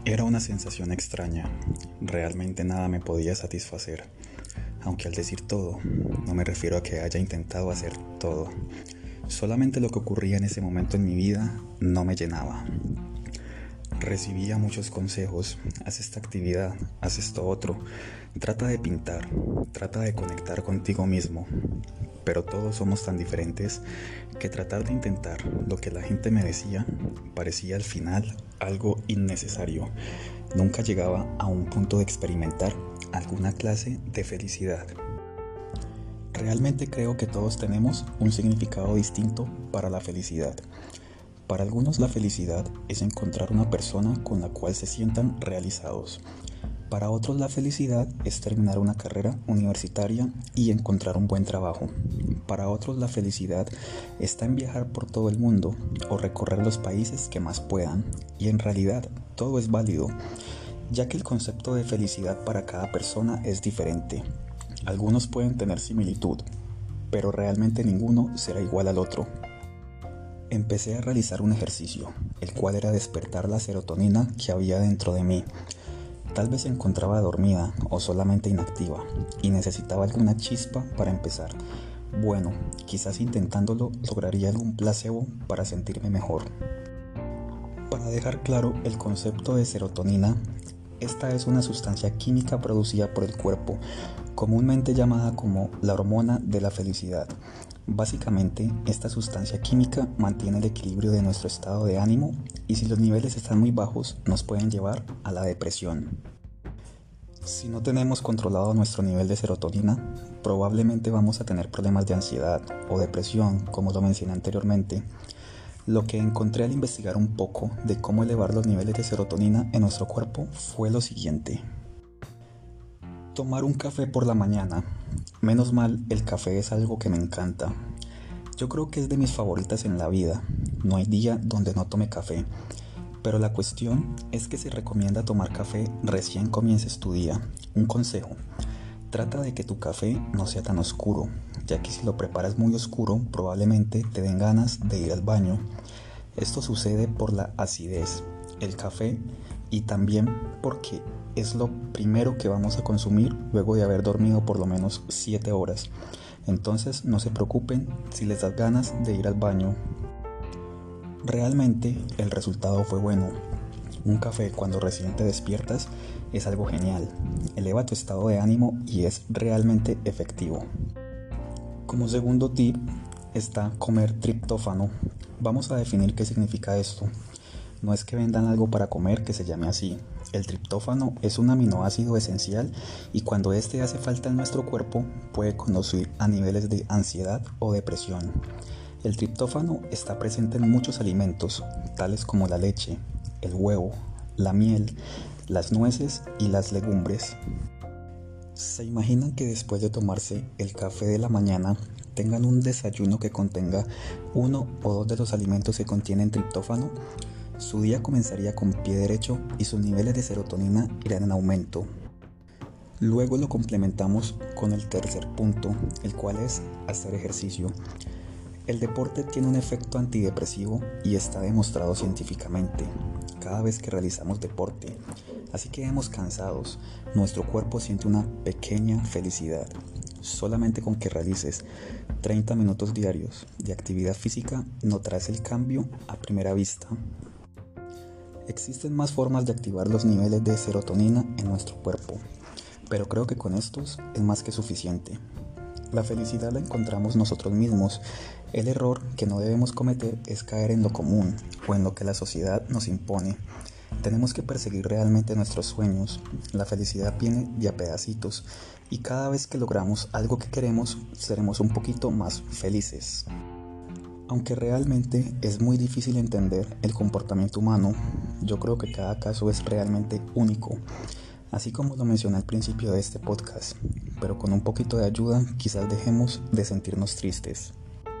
Era una sensación extraña, realmente nada me podía satisfacer, aunque al decir todo, no me refiero a que haya intentado hacer todo, solamente lo que ocurría en ese momento en mi vida no me llenaba. Recibía muchos consejos: haz esta actividad, haz esto otro, trata de pintar, trata de conectar contigo mismo. Pero todos somos tan diferentes que tratar de intentar lo que la gente me decía parecía al final algo innecesario. Nunca llegaba a un punto de experimentar alguna clase de felicidad. Realmente creo que todos tenemos un significado distinto para la felicidad. Para algunos la felicidad es encontrar una persona con la cual se sientan realizados. Para otros la felicidad es terminar una carrera universitaria y encontrar un buen trabajo. Para otros la felicidad está en viajar por todo el mundo o recorrer los países que más puedan. Y en realidad todo es válido, ya que el concepto de felicidad para cada persona es diferente. Algunos pueden tener similitud, pero realmente ninguno será igual al otro. Empecé a realizar un ejercicio, el cual era despertar la serotonina que había dentro de mí. Tal vez se encontraba dormida o solamente inactiva y necesitaba alguna chispa para empezar. Bueno, quizás intentándolo lograría algún placebo para sentirme mejor. Para dejar claro el concepto de serotonina, esta es una sustancia química producida por el cuerpo, comúnmente llamada como la hormona de la felicidad. Básicamente, esta sustancia química mantiene el equilibrio de nuestro estado de ánimo y si los niveles están muy bajos nos pueden llevar a la depresión. Si no tenemos controlado nuestro nivel de serotonina, probablemente vamos a tener problemas de ansiedad o depresión, como lo mencioné anteriormente. Lo que encontré al investigar un poco de cómo elevar los niveles de serotonina en nuestro cuerpo fue lo siguiente. Tomar un café por la mañana. Menos mal, el café es algo que me encanta. Yo creo que es de mis favoritas en la vida. No hay día donde no tome café. Pero la cuestión es que se recomienda tomar café recién comiences tu día. Un consejo: trata de que tu café no sea tan oscuro, ya que si lo preparas muy oscuro probablemente te den ganas de ir al baño. Esto sucede por la acidez, el café y también porque es lo primero que vamos a consumir luego de haber dormido por lo menos 7 horas. Entonces no se preocupen si les das ganas de ir al baño. Realmente el resultado fue bueno. Un café cuando recién te despiertas es algo genial, eleva tu estado de ánimo y es realmente efectivo. Como segundo tip está comer triptófano. Vamos a definir qué significa esto. No es que vendan algo para comer que se llame así. El triptófano es un aminoácido esencial y cuando este hace falta en nuestro cuerpo puede conducir a niveles de ansiedad o depresión. El triptófano está presente en muchos alimentos, tales como la leche, el huevo, la miel, las nueces y las legumbres. ¿Se imaginan que después de tomarse el café de la mañana tengan un desayuno que contenga uno o dos de los alimentos que contienen triptófano? Su día comenzaría con pie derecho y sus niveles de serotonina irán en aumento. Luego lo complementamos con el tercer punto, el cual es hacer ejercicio. El deporte tiene un efecto antidepresivo y está demostrado científicamente. Cada vez que realizamos deporte, así quedemos cansados, nuestro cuerpo siente una pequeña felicidad. Solamente con que realices 30 minutos diarios de actividad física notarás el cambio a primera vista. Existen más formas de activar los niveles de serotonina en nuestro cuerpo, pero creo que con estos es más que suficiente. La felicidad la encontramos nosotros mismos. El error que no debemos cometer es caer en lo común o en lo que la sociedad nos impone. Tenemos que perseguir realmente nuestros sueños. La felicidad viene de a pedacitos y cada vez que logramos algo que queremos, seremos un poquito más felices. Aunque realmente es muy difícil entender el comportamiento humano, yo creo que cada caso es realmente único. Así como lo mencioné al principio de este podcast, pero con un poquito de ayuda quizás dejemos de sentirnos tristes.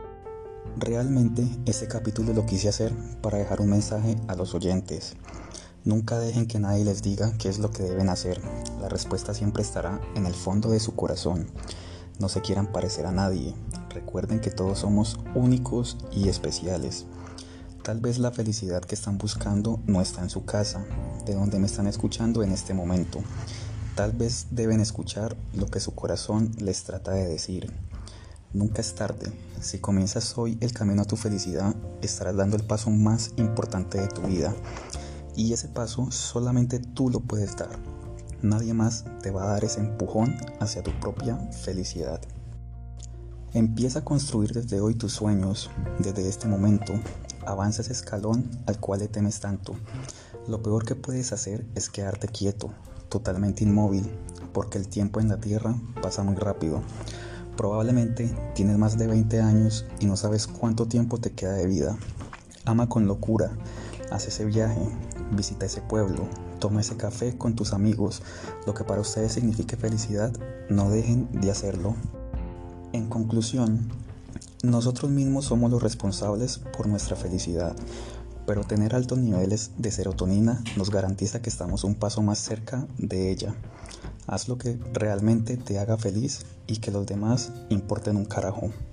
Realmente este capítulo lo quise hacer para dejar un mensaje a los oyentes. Nunca dejen que nadie les diga qué es lo que deben hacer. La respuesta siempre estará en el fondo de su corazón. No se quieran parecer a nadie. Recuerden que todos somos únicos y especiales. Tal vez la felicidad que están buscando no está en su casa, de donde me están escuchando en este momento. Tal vez deben escuchar lo que su corazón les trata de decir. Nunca es tarde. Si comienzas hoy el camino a tu felicidad, estarás dando el paso más importante de tu vida. Y ese paso solamente tú lo puedes dar. Nadie más te va a dar ese empujón hacia tu propia felicidad. Empieza a construir desde hoy tus sueños, desde este momento. Avanza ese escalón al cual le temes tanto. Lo peor que puedes hacer es quedarte quieto, totalmente inmóvil, porque el tiempo en la tierra pasa muy rápido. Probablemente tienes más de 20 años y no sabes cuánto tiempo te queda de vida. Ama con locura, haz ese viaje, visita ese pueblo, toma ese café con tus amigos. Lo que para ustedes signifique felicidad, no dejen de hacerlo. En conclusión, nosotros mismos somos los responsables por nuestra felicidad, pero tener altos niveles de serotonina nos garantiza que estamos un paso más cerca de ella. Haz lo que realmente te haga feliz y que los demás importen un carajo.